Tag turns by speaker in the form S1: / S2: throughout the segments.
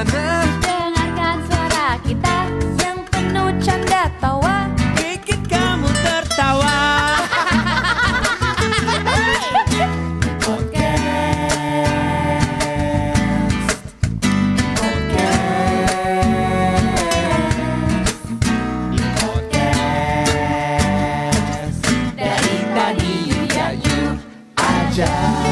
S1: mana.
S2: Dengarkan suara kita yang penuh canda tawa.
S3: Bikin kamu tertawa.
S2: Dari tadi ya you aja.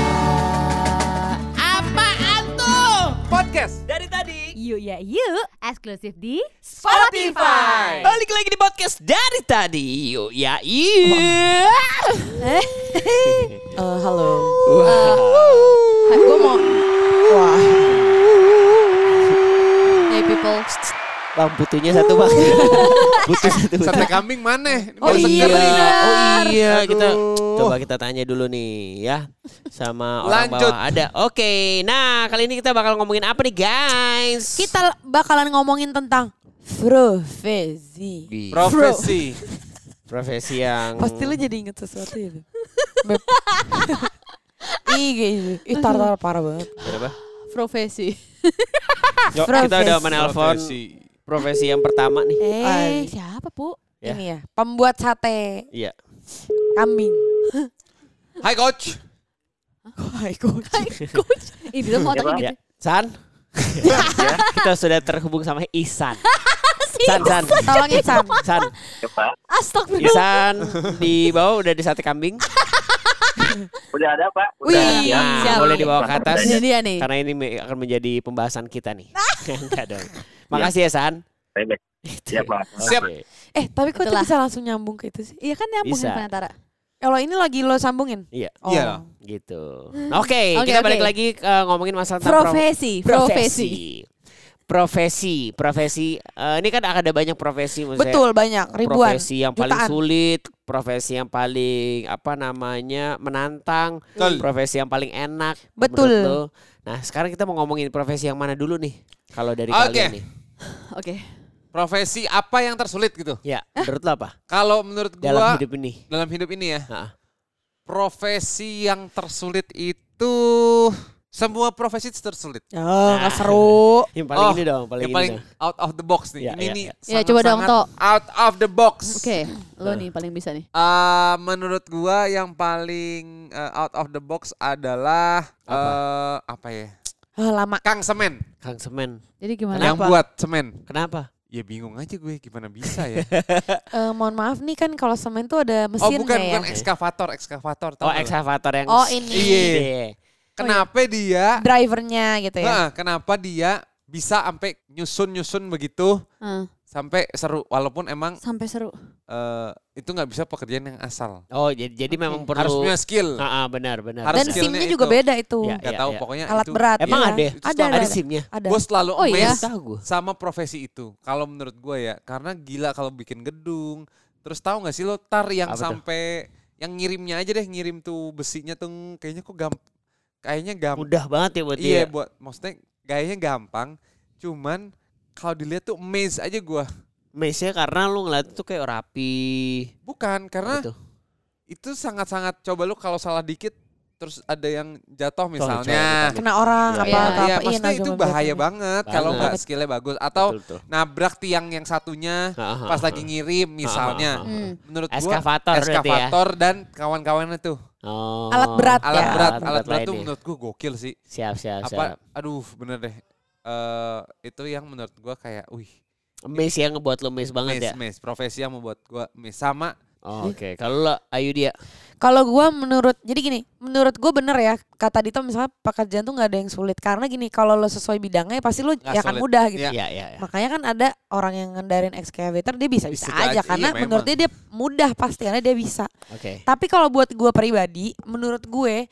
S3: Apaan tuh?
S1: Podcast
S3: Dari tadi
S2: You ya you eksklusif di
S1: Spotify.
S3: balik lagi di podcast dari tadi. Yuk ya iya.
S4: Halo.
S2: Gue mau. Wah. Hey people.
S3: Bang butuhnya satu bang. Butuh satu.
S1: Sate kambing mana?
S4: Oh iya,
S3: Oh iya kita
S1: Aduh.
S3: coba kita tanya dulu nih ya sama orang
S1: Lanjut.
S3: bawah ada. Oke, nah kali ini kita bakal ngomongin apa nih guys?
S4: Kita bakalan ngomongin tentang profesi.
S1: Profesi.
S3: Profesi yang
S4: Pasti lu jadi inget sesuatu ya, Beb. Beb. Ih, kayaknya. Ih, tar parah banget.
S3: Kenapa?
S2: Profesi.
S3: Yuk,
S4: Profesi.
S3: kita udah menelpon profesi yang pertama nih.
S2: Siapa, Bu?
S3: Ya.
S4: Ini ya, pembuat sate
S3: Iya.
S4: kambing.
S1: Hai coach.
S4: Hai, coach.
S2: Ih, dia mau tanya gitu.
S3: Ya. San. Kita sudah terhubung sama Ihsan. San.
S4: Tolong Ihsan.
S3: San.
S2: Astagfirullah.
S3: Ihsan di bawah udah di sate kambing.
S5: Udah ada Pak.
S4: Wih,
S3: Nah,
S2: siap.
S3: boleh dibawa ke atas.
S2: Ini dia nih.
S3: Karena ini akan menjadi pembahasan kita nih. Enggak dong. Makasih ya San.
S5: Baik. Siap, Pak.
S1: Siap.
S3: Oke.
S4: Tapi kok itu
S2: Itulah.
S4: bisa langsung nyambung ke itu sih?
S2: Iya kan nyambung
S3: Bisa.
S2: nih penantara.
S4: Kalau ini lagi lo sambungin?
S3: Iya.
S4: Oh.
S1: Iya.
S3: Gitu. Oke,
S2: Oke,
S3: kita
S2: oke.
S3: balik lagi ngomongin masalah tentang profesi. Ini kan ada banyak profesi maksudnya.
S4: Betul, banyak. Ribuan.
S3: Profesi yang paling
S4: jutaan.
S3: sulit, profesi yang paling menantang,
S1: Betul.
S3: profesi yang paling enak.
S4: Betul.
S3: menurut lo. Nah, sekarang kita mau ngomongin profesi yang mana dulu nih? Kalau dari
S1: Oke.
S3: kalian nih.
S2: Oke.
S1: Profesi apa yang tersulit gitu?
S3: Ya, menurut lo apa?
S1: Kalau menurut gua
S3: Dalam hidup ini.
S1: dalam hidup ini ya,
S3: Heeh.
S1: profesi yang tersulit itu semua profesi tersulit.
S4: Oh, nggak seru.
S3: Yang paling
S1: Oh,
S3: ini dong, paling
S1: yang
S3: ini
S1: paling
S3: dong.
S1: out of the box nih.
S3: Ya,
S1: Ini
S3: ya,
S1: nih.
S2: ya. Ya, coba dong,
S1: sangat-sangat
S2: Tok.
S1: out of the box.
S2: Oke, lo nih paling bisa nih.
S1: Menurut gua yang paling out of the box adalah apa ya?
S4: Lama.
S1: Kang semen.
S3: Kang Semen.
S2: Jadi gimana?
S1: Yang buat semen.
S3: Kenapa?
S1: Ya bingung aja gue gimana bisa ya.
S4: Mohon maaf nih kan kalau semen tuh ada mesinnya
S1: bukan
S4: ya.
S1: ekskavator. tau
S3: Oh,
S1: nggak lo?
S3: ekskavator yang
S4: Oh, ini.
S1: Iya. Kenapa dia?
S4: Drivernya gitu ya.
S1: Kenapa dia bisa sampai nyusun begitu sampai seru walaupun emang
S2: Sampai seru.
S1: itu nggak bisa pekerjaan yang asal.
S3: Oh, jadi memang perlu
S1: Harus punya skill.
S3: benar.
S1: Harus
S4: Dan
S1: skillnya
S4: SIM-nya juga
S1: itu.
S4: beda itu.
S3: Ya.
S1: Gak tahu pokoknya
S4: Alat
S1: itu.
S4: berat.
S3: Emang
S4: ya.
S3: ada?
S4: Ada.
S3: Ada SIM-nya.
S4: Ada.
S1: Gue selalu
S2: Oh, iya?
S1: amazed
S3: Tahu gue.
S1: sama profesi itu. Kalau menurut gue ya, karena gila kalau bikin gedung. Terus tahu nggak sih lo yang
S3: Apa tuh?
S1: sampai yang ngirimnya aja deh, ngirim tuh besinya tuh kayaknya gampang.
S3: Mudah banget ya buat
S1: Iya,
S3: dia.
S1: buat maksudnya gayanya gampang. Cuman kalau dilihat tuh amazed aja gue.
S3: Mesnya karena lu ngeliat tuh kayak rapi.
S1: Bukan karena
S3: Gitu.
S1: itu sangat-sangat coba lu kalau salah dikit terus ada yang jatuh
S3: Coba,
S1: misalnya.
S4: Kena orang
S3: Iya,
S4: apa
S2: iya.
S4: atau
S1: Iya,
S4: apa.
S1: maksudnya itu bahaya banget kalau
S3: Banget.
S1: nggak skillnya bagus atau
S3: Betul.
S1: nabrak tiang yang satunya pas lagi ngirim misalnya. Menurut gua
S3: Eskavator berarti ya?
S1: eskavator dan kawan-kawannya tuh
S3: Oh.
S4: Alat berat
S1: alat
S4: ya.
S1: berat
S3: alat berat
S1: tuh
S3: lain ya.
S1: menurut gua gokil sih.
S3: Siap.
S1: Apa aduh bener deh. Itu yang menurut gua kayak
S3: Mes yang ngebuat lu mes banget ya.
S1: mes profesi yang membuat gua mes sama.
S3: Oh, Oke, kalau lo Ayu dia.
S4: Kalau gue jadi gini, menurut gue bener ya kata Dito misalnya pekerjaan tuh nggak ada yang sulit karena gini kalau lo sesuai bidangnya pasti lo
S1: Nggak
S4: ya kan
S1: sulit.
S4: mudah gitu.
S1: Iya.
S3: Iya.
S4: Makanya kan ada orang yang ngendarin excavator dia bisa
S1: Bisa
S4: aja
S1: aja,
S4: karena
S1: iya,
S4: menurut
S1: memang.
S4: dia mudah pasti karena dia bisa.
S3: Oke.
S4: Tapi kalau buat gue pribadi, menurut gue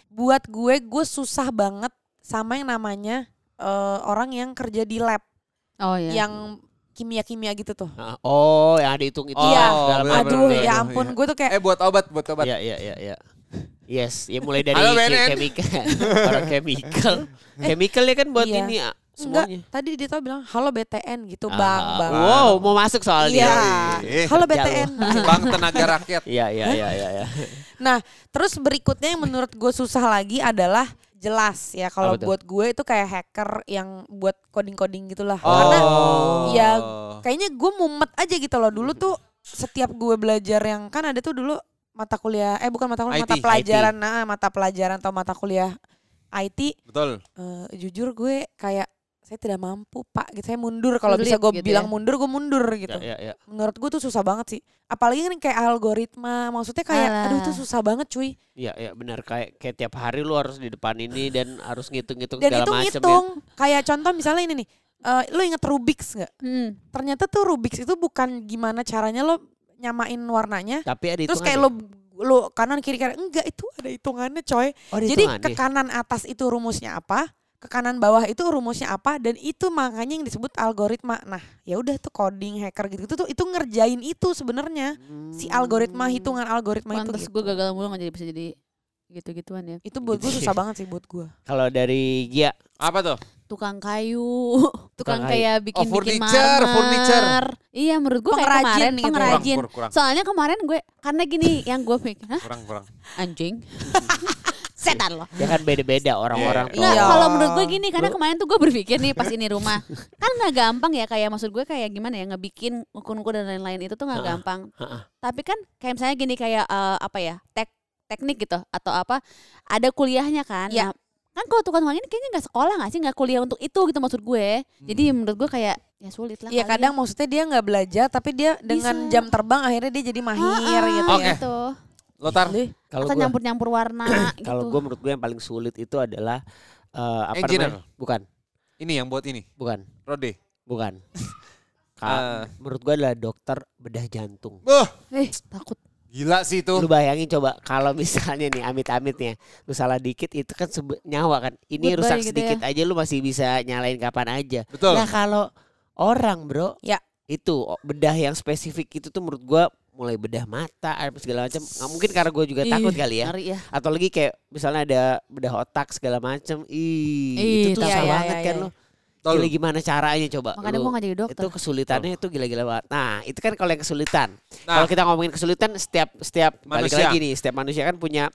S4: susah banget sama yang namanya orang yang kerja di lab
S2: Oh iya.
S4: yang kimia gitu tuh.
S3: Oh, yang ada hitung itu.
S4: Iya.
S3: segala macam.
S4: Aduh
S1: bener,
S4: ya
S1: bener,
S4: ampun
S1: iya.
S4: gue tuh kayak
S1: Buat obat.
S3: Iya. Yes, ya mulai dari
S1: Halo, BNN.
S3: chemical. Orang chemicalnya kan buat
S4: Iya.
S3: ini
S4: enggak,
S3: semuanya.
S4: tadi Dito bilang halo BTN gitu bang.
S3: Wow, mau masuk soalnya.
S4: Iya.
S1: Eh,
S4: Halo BTN.
S1: Bank Tenaga Rakyat.
S3: Iya.
S4: Nah, terus berikutnya yang menurut gue susah lagi adalah jelas ya kalau
S3: Apa tuh?
S4: buat gue itu kayak hacker yang buat coding-coding gitulah.
S1: Oh.
S4: Karena ya kayaknya gue mumet aja gitu loh. Dulu tuh setiap gue belajar yang kan ada tuh dulu mata kuliah bukan mata kuliah,
S1: IT.
S4: mata pelajaran. Nah, mata pelajaran atau mata kuliah IT.
S1: Betul.
S4: Jujur gue kayak saya tidak mampu Pak gitu. Saya mundur kalau
S6: Sulit
S4: bisa gue
S6: gitu
S4: bilang
S6: ya?
S4: mundur gue mundur gitu.
S3: Ya.
S4: Menurut gue tuh susah banget sih. Apalagi kan kayak algoritma. Maksudnya kayak aduh itu susah banget cuy.
S3: Iya benar kayak tiap hari lu harus di depan ini dan harus ngitung-ngitung
S4: Dan
S3: segala
S4: itu
S3: macam
S4: ngitung. Kayak contoh misalnya ini nih. Lo inget Rubik's gak? Ternyata tuh Rubik's itu bukan gimana caranya lo nyamain warnanya.
S3: Tapi ada
S4: Terus
S3: hitungannya.
S4: kayak lo kanan kiri kanan. Enggak, itu ada hitungannya coy.
S3: Ada
S4: Jadi
S3: hitungannya.
S4: ke kanan atas itu rumusnya apa? Ke kanan bawah itu rumusnya apa, dan itu makanya yang disebut algoritma. Nah, ya udah tuh coding hacker gitu tuh itu ngerjain itu sebenarnya si algoritma, hitungan algoritma
S6: Pantes
S4: itu.
S6: gue gagal mulu gak jadi bisa jadi gitu-gituan ya.
S4: Itu buat gue susah banget sih buat gue.
S3: Kalau dari Gia
S1: Apa tuh?
S6: Tukang kayu, tukang
S3: kayu.
S6: kayak bikin-bikin
S1: furniture,
S6: marmer.
S1: furniture.
S6: Iya menurut gue kayak
S4: Pengrajin
S6: kemarin
S4: gitu.
S6: pengrajin.
S1: Kurang.
S6: Soalnya kemarin gue karena gini yang gue pikir, hah
S1: Kurang.
S6: anjing, setan loh.
S3: ya kan beda-beda orang-orang tuh.
S6: Nggak,
S4: Iya.
S6: kalau menurut gue gini, karena
S3: Lu-
S6: kemarin tuh gue berpikir nih pas ini rumah kan nggak gampang ya, kayak maksud gue kayak gimana ya ngebikin ukur-ukur dan lain-lain itu tuh nggak gampang. Tapi kan kayak misalnya gini kayak apa ya teknik gitu atau apa ada kuliahnya kan.
S4: Iya.
S6: Nah, kan kalau tukang ini kayaknya nggak sekolah nggak sih, nggak kuliah untuk itu gitu maksud gue. Jadi menurut gue kayak ya sulit lah.
S4: Iya
S6: kali
S4: kadang maksudnya dia nggak belajar tapi dia dengan
S6: Bisa.
S4: jam terbang akhirnya dia jadi mahir gitu
S1: Oke.
S4: ya.
S6: gitu.
S1: Lotar.
S3: Kalau
S6: Atau
S3: gua
S6: nyampur-nyampur warna gitu.
S3: kalau gue menurut gue yang paling sulit itu adalah apa
S1: Engineer.
S3: namanya? Bukan.
S1: Ini yang buat ini. Rode.
S3: Bukan.
S1: Eh.
S3: Menurut gue adalah dokter bedah jantung.
S6: Takut.
S1: Gila sih itu.
S3: Lu bayangin coba kalau misalnya nih amit-amitnya lu salah dikit itu kan nyawa kan. Ini
S6: Goodbye
S3: rusak
S6: gitu
S3: sedikit aja lu masih bisa nyalain kapan aja.
S1: Betul.
S3: Nah kalau orang bro,
S4: Ya.
S3: itu bedah yang spesifik itu tuh menurut gua mulai bedah mata apa segala macam. Nggak mungkin karena gue juga takut kali ya.
S6: Ngeri ya.
S3: Atau lagi kayak misalnya ada bedah otak segala macam. Itu tuh
S6: Iya,
S3: susah
S4: iya,
S3: banget
S4: iya,
S3: kan
S4: iya.
S3: lo. Gila gimana caranya coba.
S6: Makanya
S3: lu.
S6: gue gak jadi dokter.
S3: Itu kesulitannya itu gila-gila banget. Nah, itu kan kalau yang kesulitan.
S1: Nah.
S3: Kalau kita ngomongin kesulitan setiap balik
S1: Manusia.
S3: lagi nih, setiap manusia kan punya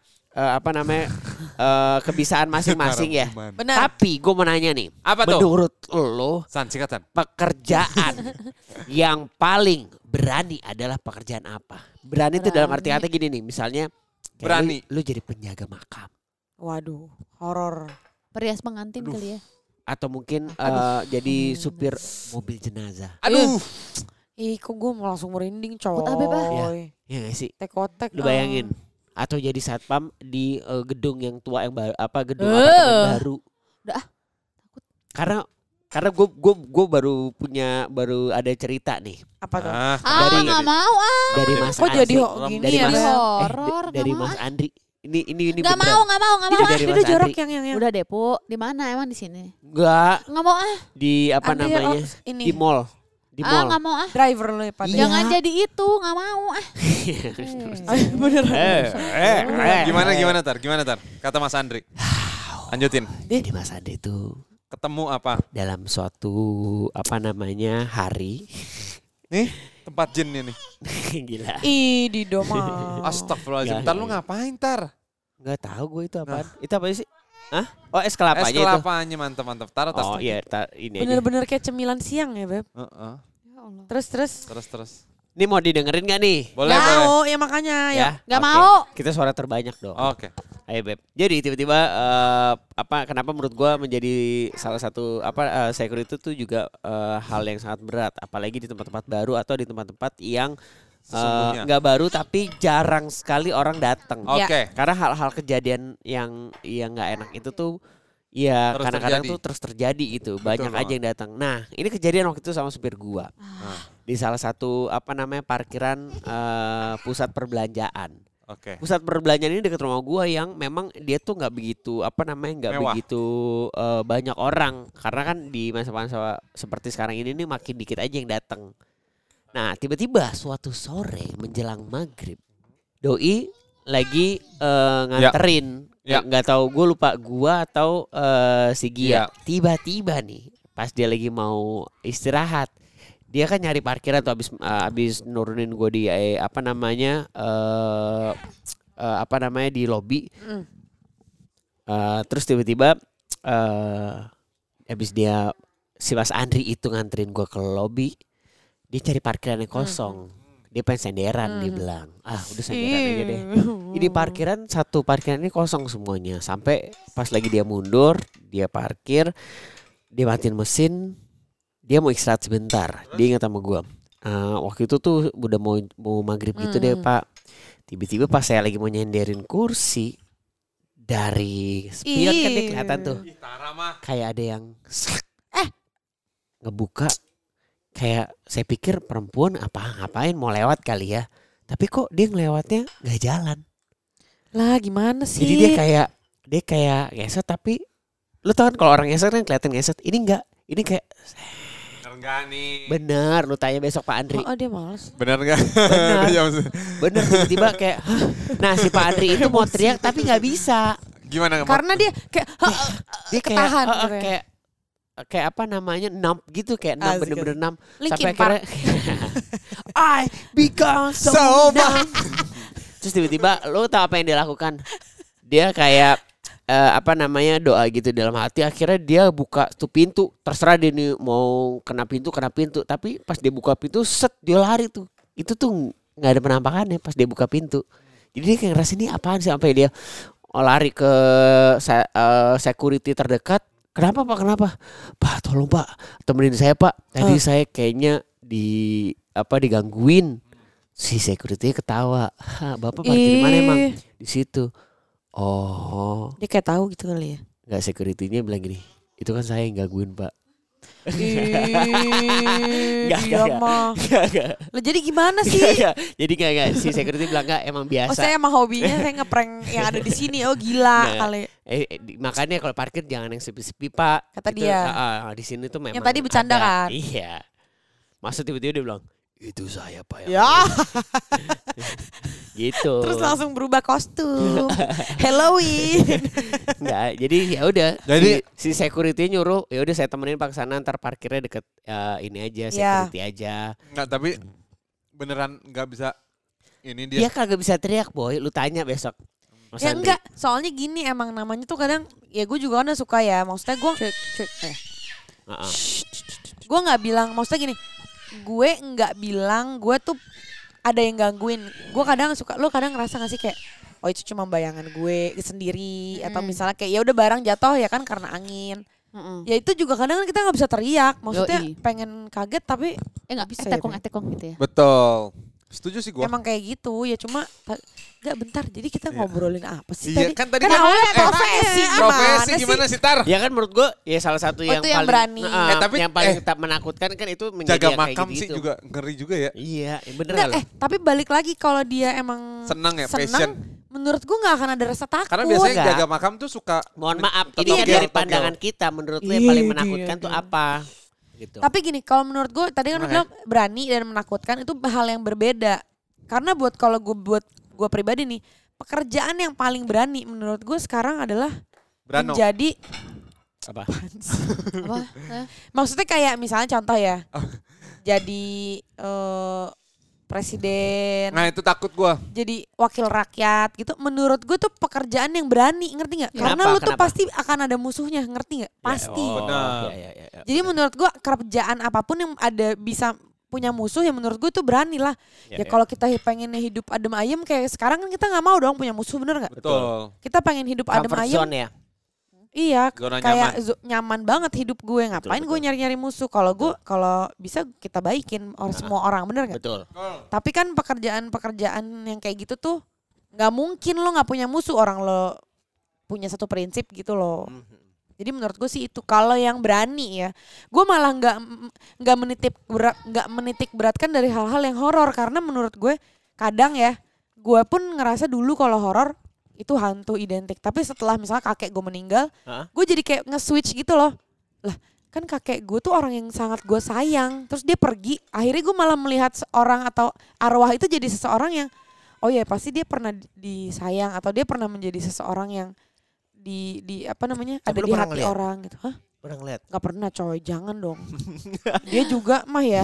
S3: kebiasaan masing-masing ya.
S4: Benar.
S3: Tapi gue mau nanya nih,
S1: Apa tuh?
S3: menurut lo
S1: San, singkatan.
S3: pekerjaan yang paling berani adalah pekerjaan apa? Berani itu dalam arti kata gini nih, misalnya kayak
S1: Berani.
S3: lu jadi penjaga makam
S4: Waduh, horor.
S6: Perias pengantin kali ya.
S3: atau mungkin jadi supir mobil jenazah.
S1: Aduh.
S4: Ih, kok gue mau langsung merinding coy.
S6: Takut apa, Pak?
S3: Ya gak sih?
S4: Tekotek.
S3: Lu bayangin. Atau jadi satpam di gedung yang tua yang baru gedung apartemen baru.
S6: Udah
S3: Karena gue baru ada cerita nih
S4: Apa tuh?
S3: Dari-
S6: Gak mau
S3: dari Mas
S4: Kok jadi
S3: Andri.
S4: gini
S3: Dari
S4: ya?
S3: Mas
S6: horor,
S3: dari
S6: nggak
S3: Mas Andri. Ini
S6: Gak
S3: beneran.
S6: mau
S3: Ini dari
S4: Itu
S3: Mas
S4: jorok
S3: Andri.
S4: yang.
S6: Udah deh Pu, di mana emang di sini?
S3: Enggak
S6: Nggak mau ah.
S3: di apa
S4: Andri,
S3: namanya?
S4: ini.
S3: Di mall. Di mall.
S6: Nggak mau ah.
S4: Driver lo ya Pak.
S3: Iya.
S6: Jangan jadi itu, nggak mau ah.
S4: Beneran.
S1: Gimana Tar? Kata Mas Andri. Lanjutin.
S3: Jadi Mas Andri itu
S1: Ketemu apa?
S3: dalam suatu apa namanya hari
S1: Nih, tempat jin ini.
S3: gila.
S4: Ih, di doma.
S1: Astagfirullahaladzim.
S3: Nggak,
S1: Tar lu ngapain Tar?
S3: Nggak tahu gue itu apaan. Itu apa sih? Hah? Oh es kelapanya
S1: Es
S3: itu.
S1: kelapanya mantap. Taruh tas.
S3: Oh iya, ini aja.
S4: Bener-bener kayak cemilan siang ya Beb.
S1: Heeh.
S4: Terus.
S1: Terus.
S3: Ini mau didengerin gak nih?
S1: Boleh.
S4: Mau ya makanya ya.
S6: Nggak
S3: Oke.
S6: mau.
S3: Kita suara terbanyak dong.
S1: Oke.
S3: Ayo Beb. Jadi tiba-tiba kenapa menurut gua menjadi salah satu security itu tuh juga hal yang sangat berat, apalagi di tempat-tempat baru atau di tempat-tempat yang
S1: Sesungguhnya.
S3: nggak baru tapi jarang sekali orang datang.
S1: Oke.
S3: Karena hal-hal kejadian yang nggak enak itu tuh ya
S1: Terus
S3: kadang-kadang
S1: terjadi.
S3: tuh terus terjadi gitu. Banyak aja
S1: banget.
S3: yang datang. Nah, ini kejadian waktu itu sama supir gua. Di salah satu parkiran pusat perbelanjaan.
S1: Oke.
S3: Pusat perbelanjaan ini dekat rumah gua yang memang dia tuh nggak begitu nggak
S1: Mewah.
S3: begitu banyak orang karena kan di masa-masa seperti sekarang ini nih makin dikit aja yang datang. Nah tiba-tiba suatu sore menjelang maghrib doi lagi nganterin
S1: Ya.
S3: nggak tahu gue lupa gua atau si Gia.
S1: Ya.
S3: Tiba-tiba nih pas dia lagi mau istirahat dia kan nyari parkiran tuh abis nurunin gue di di lobi. Terus tiba-tiba habis dia si Mas Andri itu nganterin gue ke lobby, dia cari parkiran yang kosong. Dia pengen senderan, dia bilang. Udah senderan aja deh. Ini satu parkiran ini kosong semuanya. Sampai pas lagi dia mundur, dia parkir, dia matiin mesin, dia mau istirahat sebentar. Dia ingat sama gue. Waktu itu tuh udah mau maghrib gitu deh Pak. Tiba-tiba pas saya lagi mau nyenderin kursi, dari spion kan dia kelihatan tuh. Kayak ada yang ngebuka. Kayak saya pikir perempuan ngapain mau lewat kali ya. Tapi kok dia ngelewatnya gak jalan.
S4: Lah gimana sih?
S3: Jadi dia kayak ngeset, tapi lu tau kan kalau orang ngeset kan kelihatan ngeset. Ini enggak. Ini kayak
S1: Enggak nih.
S3: bener, lu tanya besok Pak Andri.
S4: Oh dia males.
S1: Bener enggak?
S3: Bener tiba-tiba kayak nah si Pak Andri itu mau teriak tapi gak bisa.
S1: Gimana?
S4: Karena dia kayak
S3: Dia
S4: ketahan
S3: kayak
S4: gitu ya.
S3: kayak apa namanya numb gitu, kayak numb, bener-bener numb.
S4: Linkin
S3: Sampai akhirnya I become so numb. Terus tiba-tiba lu tahu apa yang dia lakukan? Dia kayak doa gitu dalam hati. Akhirnya dia buka tuh pintu. Terserah dia nih mau kena pintu. Tapi pas dia buka pintu dia lari tuh. Itu tuh gak ada penampakannya pas dia buka pintu. Jadi dia kayak ngerasa ini apaan sih, sampai dia lari ke security terdekat. Kenapa Pak tolong Pak, temenin saya Pak. Tadi saya kayaknya digangguin. Si security ketawa. Bapak parkir di mana emang? Di situ. Oh.
S4: Dia kayak tahu gitu kali ya.
S3: Enggak, security-nya bilang gini, itu kan saya yang gangguin Pak.
S4: Iya mah. Lah jadi gimana sih?
S3: Jadi enggak. Si security bilang enggak, emang biasa.
S4: Oh saya emang hobinya saya ngeprank yang ada di sini. Oh gila kali.
S3: Makanya kalau parkir jangan yang sepi-sepi Pak.
S4: Kata
S3: gitu,
S4: dia.
S3: Di sini tuh memang
S4: Yang tadi bercanda
S3: ada.
S4: kan?
S3: Iya. Masa tiba-tiba dia bilang, itu saya Pak
S4: Ya.
S3: Gitu.
S4: Terus langsung berubah kostum. Halloween.
S3: Enggak, jadi ya udah.
S1: Jadi
S3: si security nyuruh, ya udah saya temenin Pak kesana, ntar parkirnya deket ini aja, security aja.
S1: Enggak, tapi beneran enggak bisa ini dia.
S3: Dia kagak bisa teriak Boy, lu tanya besok. Mas
S4: Ya
S3: Andri.
S4: enggak, soalnya gini emang namanya tuh kadang ya gue juga kan suka ya. Maksudnya gue gue nggak bilang, maksudnya gini, gue nggak bilang gue tuh ada yang gangguin. Gue kadang suka, lo kadang ngerasa gak sih kayak oh itu cuma bayangan gue sendiri atau misalnya kayak ya udah barang jatuh ya kan karena angin. Ya itu juga kadang kita nggak bisa teriak. Maksudnya pengen kaget tapi
S6: nggak
S4: bisa
S6: etekong gitu ya.
S1: Betul. Setuju sih gue.
S4: Emang kayak gitu ya, cuma enggak bentar. Jadi kita ngobrolin apa sih
S1: Iya,
S4: tadi?
S1: kan tadi
S4: kan
S1: kan
S4: awalnya profesi
S1: profesi gimana sih Tar?
S3: Ya kan menurut gue ya salah satu yang
S4: itu yang
S3: paling
S4: berani.
S1: Tapi
S3: yang paling menakutkan kan itu menjadi
S1: jaga
S3: yang kayak
S1: makam
S3: gitu.
S1: sih juga ngeri juga ya.
S3: Iya, bener
S4: Enggak,
S3: lah.
S4: tapi balik lagi kalau dia emang
S1: Senang ya, passion.
S4: menurut gue nggak akan ada rasa takut.
S1: Karena biasanya
S3: Enggak.
S1: jaga makam tuh suka
S3: Mohon maaf,
S1: tetap
S3: ini kan
S1: togel,
S3: dari
S1: togel.
S3: pandangan kita menurut lu yang paling
S4: Iya,
S3: menakutkan
S4: iya,
S3: tuh
S4: iya.
S3: apa? Gitu.
S4: Tapi gini, kalau menurut gue tadi kan lu bilang berani dan menakutkan itu hal yang berbeda. Karena buat gue pribadi nih, pekerjaan yang paling berani menurut gue sekarang adalah
S1: Brano.
S4: menjadi
S3: Apa?
S6: Apa?
S4: maksudnya kayak misalnya contoh ya. Jadi presiden,
S1: Nah itu takut gue.
S4: jadi wakil rakyat gitu. Menurut gue tuh pekerjaan yang berani, ngerti nggak? Karena
S3: Kenapa?
S4: lu tuh
S3: Kenapa?
S4: pasti akan ada musuhnya, ngerti nggak? Pasti.
S1: Benar.
S3: Ya.
S4: Jadi menurut gue kerjaan apapun yang ada bisa punya musuh ya menurut gue tuh berani lah. Ya kalau kita pengennya hidup adem ayem kayak sekarang kan kita nggak mau dong punya musuh, bener nggak?
S1: Betul.
S4: Kita pengen hidup adem
S3: Comfort
S4: ayem.
S3: zone ya.
S4: Iya,
S1: Zona
S4: kayak nyaman banget hidup gue. Ngapain gue nyari-nyari musuh? Kalau gue kalau bisa kita baikin semua orang, bener nggak?
S3: Betul.
S4: Tapi kan pekerjaan yang kayak gitu tuh nggak mungkin lo nggak punya musuh, orang lo punya satu prinsip gitu loh. Jadi menurut gue sih itu kalau yang berani ya, gue malah nggak menitik beratkan dari hal-hal yang horor karena menurut gue kadang ya, gue pun ngerasa dulu kalau horor itu hantu identik. Tapi setelah misalnya kakek gue meninggal, gue jadi kayak nge-switch gitu loh. Lah kan kakek gue tuh orang yang sangat gue sayang, terus dia pergi, akhirnya gue malah melihat seorang atau arwah itu jadi seseorang yang oh ya pasti dia pernah disayang atau dia pernah menjadi seseorang yang di apa namanya
S3: Tapi
S4: ada
S3: lu
S4: di
S3: pernah
S4: hati
S3: ngeliat?
S4: orang gitu. Hah?
S3: Pernah ngeliat?
S4: Nggak pernah coy, jangan dong. Dia juga mah ya.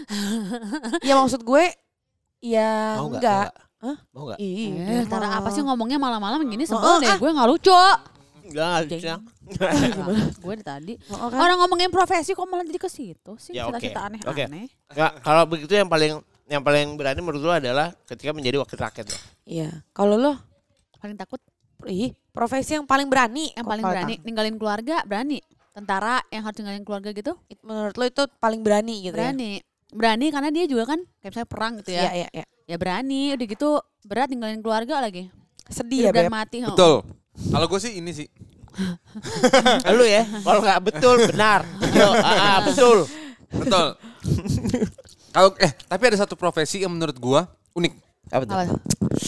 S4: Ya maksud gue ya
S3: Mau
S4: enggak.
S3: Hah? Mau nggak?
S4: Iya.
S6: Karena apa sih
S4: mah.
S6: ngomongnya malam-malam gini sebel deh, gue nggak lucu.
S3: Enggak bisa.
S6: Gue dari tadi.
S4: Oh, kan?
S6: Orang ngomongin profesi kok malah jadi ke situ sih.
S3: Ya, oke.
S6: Cita-cita aneh-aneh.
S3: Enggak, kalau begitu yang paling berani menurut lu adalah ketika menjadi wakil rakyat ya.
S4: Iya. Kalau lo,
S6: Paling takut
S4: profesi yang paling berani.
S6: yang paling berani ninggalin keluarga, berani. Tentara yang harus ninggalin keluarga gitu,
S4: Menurut lo itu paling berani gitu ya?
S6: berani. Berani karena dia juga kan kayak misalnya perang gitu ya.
S4: Iya, iya.
S6: Ya berani, udah gitu berat ninggalin keluarga lagi.
S4: Sedih ya,
S6: Dan
S4: Beb.
S6: mati.
S1: Betul. Kalau gue sih ini sih.
S3: Lu ya, kalau nggak betul benar. Yo, betul.
S1: Betul. Kalau tapi ada satu profesi yang menurut gua unik.
S3: Apa tuh?
S6: Apa tuh?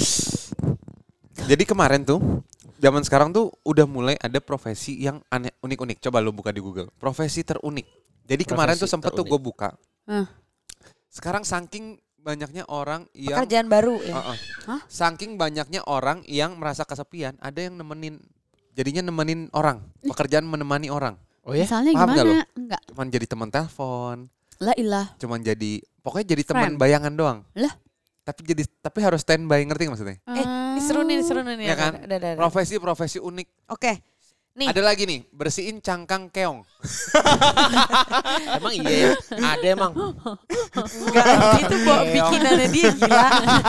S1: Jadi kemarin tuh, zaman sekarang tuh udah mulai ada profesi yang aneh, unik-unik. Coba lu buka di Google. Profesi terunik. Jadi kemarin tuh
S3: Profesi
S1: sempet tuh
S3: terunik.
S1: gue buka.
S6: Hah.
S1: Sekarang saking banyaknya orang yang
S4: Pekerjaan baru ya.
S6: Hah?
S1: saking banyaknya orang yang merasa kesepian, ada yang jadinya nemenin orang. Pekerjaan menemani orang.
S3: Oh ya?
S6: Misalnya
S1: Paham nggak
S6: gimana? Enggak.
S1: Cuman jadi teman telepon,
S6: Lah ilah.
S1: cuman pokoknya jadi teman
S6: Friend.
S1: bayangan doang.
S6: Lah.
S1: Tapi harus standby, ngerti nggak maksudnya?
S4: Ini seru nih
S1: Ya kan?
S4: Udah.
S1: Profesi unik.
S4: Oke. Nih.
S1: Ada lagi nih, bersihin cangkang keong.
S3: Emang iya ya? Ada emang.
S4: Enggak, itu bikinannya dia gila.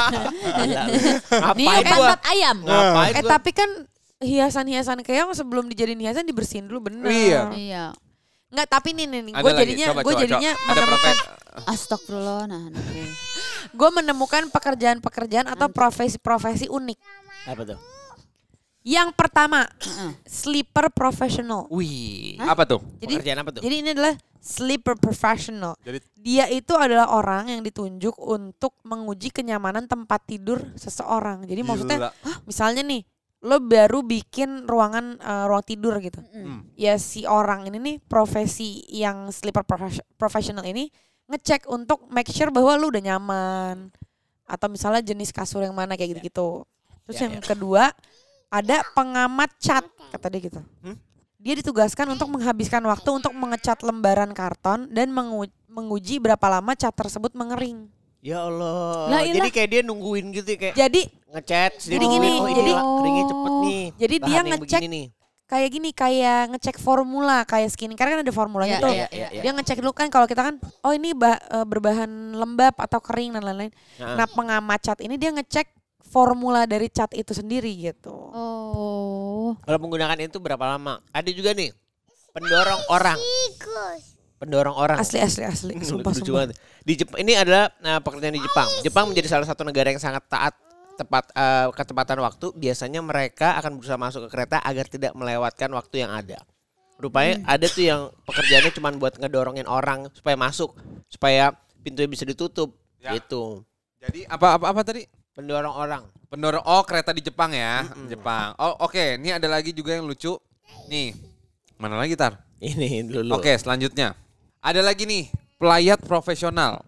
S6: Nih
S3: Ngapain gua?
S6: pantat ayam.
S3: Ngapain gua?
S4: Tapi kan hiasan-hiasan keong sebelum dijadiin hiasan dibersihin dulu bener.
S1: Iya.
S6: Iya.
S4: Enggak, tapi nih
S1: Ada
S4: gue
S1: lagi,
S4: jadinya
S1: coba,
S4: gue
S1: coba,
S4: jadinya
S1: coba. Ada
S4: menemukan
S6: Astagfirullah. Nah, nih.
S4: gue menemukan pekerjaan-pekerjaan atau profesi-profesi unik.
S3: Apa tuh?
S4: Yang pertama,
S6: Heeh.
S4: sleeper professional.
S3: Wih.
S1: apa tuh?
S4: Jadi
S3: Pekerjaan apa tuh?
S4: Jadi ini adalah sleeper professional.
S1: Jadi
S4: Dia itu adalah orang yang ditunjuk untuk menguji kenyamanan tempat tidur seseorang. Jadi maksudnya misalnya nih, lo baru bikin ruang tidur gitu. Ya si orang ini nih, profesi yang sleeper professional ini ngecek untuk make sure bahwa lo udah nyaman. Atau misalnya jenis kasur yang mana kayak gitu-gitu. Terus yang kedua, ada pengamat cat, kata dia gitu. Dia ditugaskan untuk menghabiskan waktu untuk mengecat lembaran karton dan menguji berapa lama cat tersebut mengering.
S3: Ya Allah.
S6: Lah, ilah.
S3: Jadi kayak dia nungguin gitu kayak
S4: Jadi
S3: ngechat
S4: Jadi gini,
S3: oh, ini
S4: jadi-
S3: keringnya cepet nih.
S4: Jadi
S3: Bahan
S4: dia
S3: yang
S4: ngecek
S3: begini nih.
S4: kayak gini, kayak ngecek formula, kayak skincare kan ada formulanya
S6: Iya,
S4: tuh.
S6: iya.
S4: Dia ngecek dulu kan kalau kita kan, oh ini berbahan lembab atau kering dan lain-lain.
S3: Nah.
S4: Nah pengamat cat ini dia ngecek formula dari cat itu sendiri gitu.
S6: Oh.
S3: Kalau menggunakan itu berapa lama? Ada juga nih pendorong orang. Pendorong orang.
S4: Asli. Sumpah.
S3: Lucu banget. Di Jepang ini adalah pekerjaan di Jepang. Jepang menjadi salah satu negara yang sangat taat ketepatan waktu. Biasanya mereka akan berusaha masuk ke kereta agar tidak melewatkan waktu yang ada. Rupanya ada tuh yang pekerjaannya cuma buat ngedorongin orang supaya masuk, supaya pintunya bisa ditutup.
S1: Ya.
S3: Gitu.
S1: Jadi apa tadi?
S3: Pendorong orang.
S1: Pendorong kereta di Jepang ya. Jepang. Oh oke, ini ada lagi juga yang lucu. Nih. Mana lagi Tar?
S3: Ini dulu.
S1: Oke, selanjutnya. Ada lagi nih, pelayat profesional.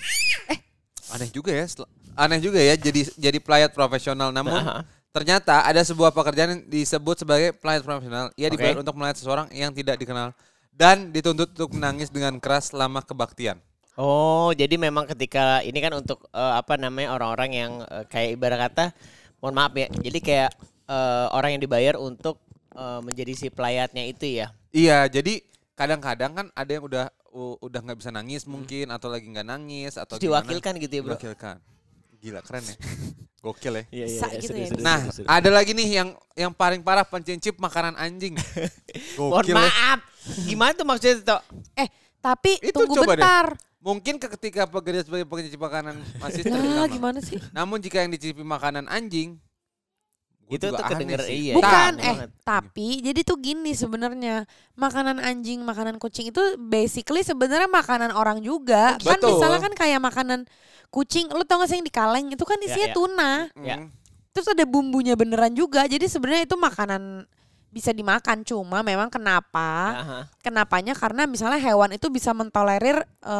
S1: Aneh juga ya jadi pelayat profesional. Namun ternyata ada sebuah pekerjaan yang disebut sebagai pelayat profesional. Ia dibayar untuk melayat seseorang yang tidak dikenal dan dituntut untuk menangis dengan keras selama kebaktian.
S3: Oh, jadi memang ketika ini kan untuk orang-orang yang kayak ibarat kata, mohon maaf ya. Jadi kayak orang yang dibayar untuk menjadi si pelayatnya itu ya.
S1: Iya, jadi kadang-kadang kan ada yang udah nggak bisa nangis mungkin atau lagi nggak nangis atau
S3: Terus diwakilkan gitu ya, Bro.
S1: Diwakilkan. Gila keren ya. Gokil ya.
S3: Iya,
S4: Gitu ya.
S1: Nah, ada lagi nih yang paling parah, pencincip makanan anjing.
S3: mohon
S1: Gokil ya.
S3: maaf. Gimana tuh maksudnya tuh?
S4: Tapi
S1: Itu
S4: tunggu
S1: coba deh.
S4: bentar.
S1: Mungkin ketika bekerja sebagai pencicipi makanan masih
S4: Ya
S1: terkenal.
S4: gimana sih?
S1: Namun jika yang dicicipi makanan anjing, gua
S3: Itu
S1: juga
S3: tuh
S1: aneh
S3: kedenger
S1: sih.
S3: iya.
S4: Bukan,
S3: banget.
S4: tapi jadi tuh gini sebenarnya, makanan anjing, makanan kucing itu basically sebenarnya makanan orang juga. Kan
S1: Betul.
S4: misalnya kan kayak makanan kucing, lu tau gak sih yang di kaleng itu kan isinya
S3: ya.
S4: tuna.
S3: Ya.
S4: Terus ada bumbunya beneran juga. Jadi sebenarnya itu makanan bisa dimakan, cuma memang kenapanya karena misalnya hewan itu bisa mentolerir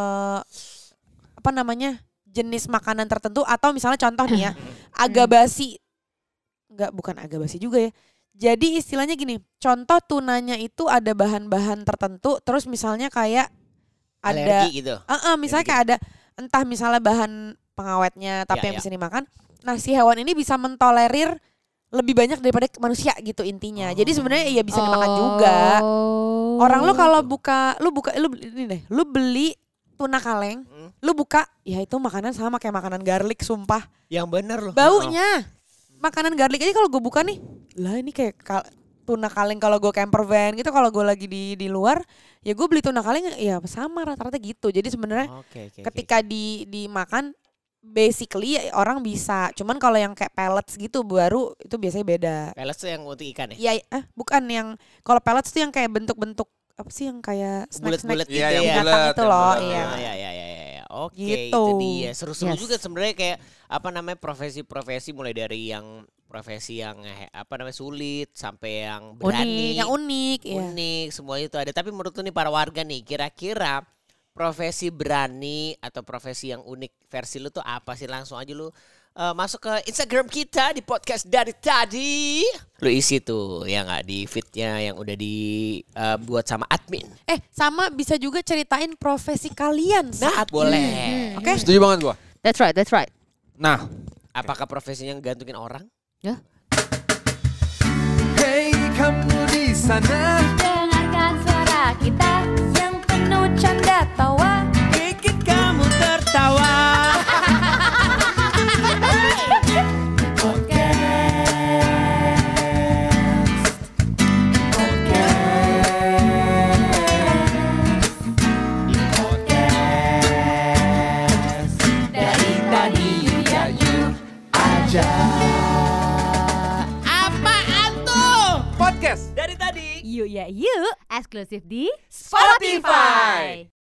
S4: jenis makanan tertentu atau misalnya contoh nih ya, agak basi. Bukan agak basi juga ya. Jadi istilahnya gini, contoh tunanya itu ada bahan-bahan tertentu, terus misalnya kayak ada
S3: Alergi gitu.
S4: misalnya kayak ada entah misalnya bahan pengawetnya tapi
S3: Ya,
S4: yang bisa dimakan. Nah, si hewan ini bisa mentolerir lebih banyak daripada manusia gitu intinya. Jadi sebenarnya ya bisa dimakan juga.
S6: Oh.
S4: Orang lu kalau lu beli tuna kaleng, lu buka, ya itu makanan sama kayak makanan garlic, sumpah.
S3: Yang bener loh.
S4: Baunya. Makanan garlic aja kalau gue buka nih, lah ini kayak tuna kaleng kalau gue camper van gitu, kalau gue lagi di luar, ya gue beli tuna kaleng ya sama rata-rata gitu. Jadi sebenarnya ketika dimakan basically orang bisa, cuman kalau yang kayak pellets gitu baru itu biasanya beda.
S3: Pellets tuh yang untuk ikan ya?
S4: Iya, bukan yang kalau pellets tuh yang kayak bentuk-bentuk apa sih yang kayak
S3: bulat-bulat
S4: snack
S3: gitu
S1: Iya,
S3: ya.
S1: yang
S4: binatang
S1: bulat,
S4: itu
S1: yang
S4: loh,
S1: bulat.
S4: iya.
S3: Iya. Oke,
S4: Gitu.
S3: itu dia. Seru-seru
S6: Yes.
S3: juga sebenarnya kayak apa namanya profesi-profesi mulai dari yang profesi yang apa namanya sulit sampai yang berani,
S4: yang unik, ya.
S3: unik, semuanya itu ada. Tapi menurut lu nih para warga nih, kira-kira profesi berani atau profesi yang unik versi lu tuh apa sih? Langsung aja lu masuk ke Instagram kita di podcast dari tadi. Lu isi tuh ya nggak di feednya yang udah dibuat sama admin.
S4: Sama bisa juga ceritain profesi kalian saat
S3: boleh.
S4: Oke?
S1: Setuju banget gua.
S6: That's right.
S1: Nah,
S3: Apakah profesinya gantungin orang?
S6: Ya.
S1: hey kamu di sana.
S2: Dengarkan suara kita yang penuh canda tawa.
S3: Bikin kamu tertawa.
S2: Dari tadi ya you aja.
S3: Apaan tuh?
S1: Podcast
S3: Dari tadi.
S6: Yuk ya yuk, eksklusif di
S1: Spotify.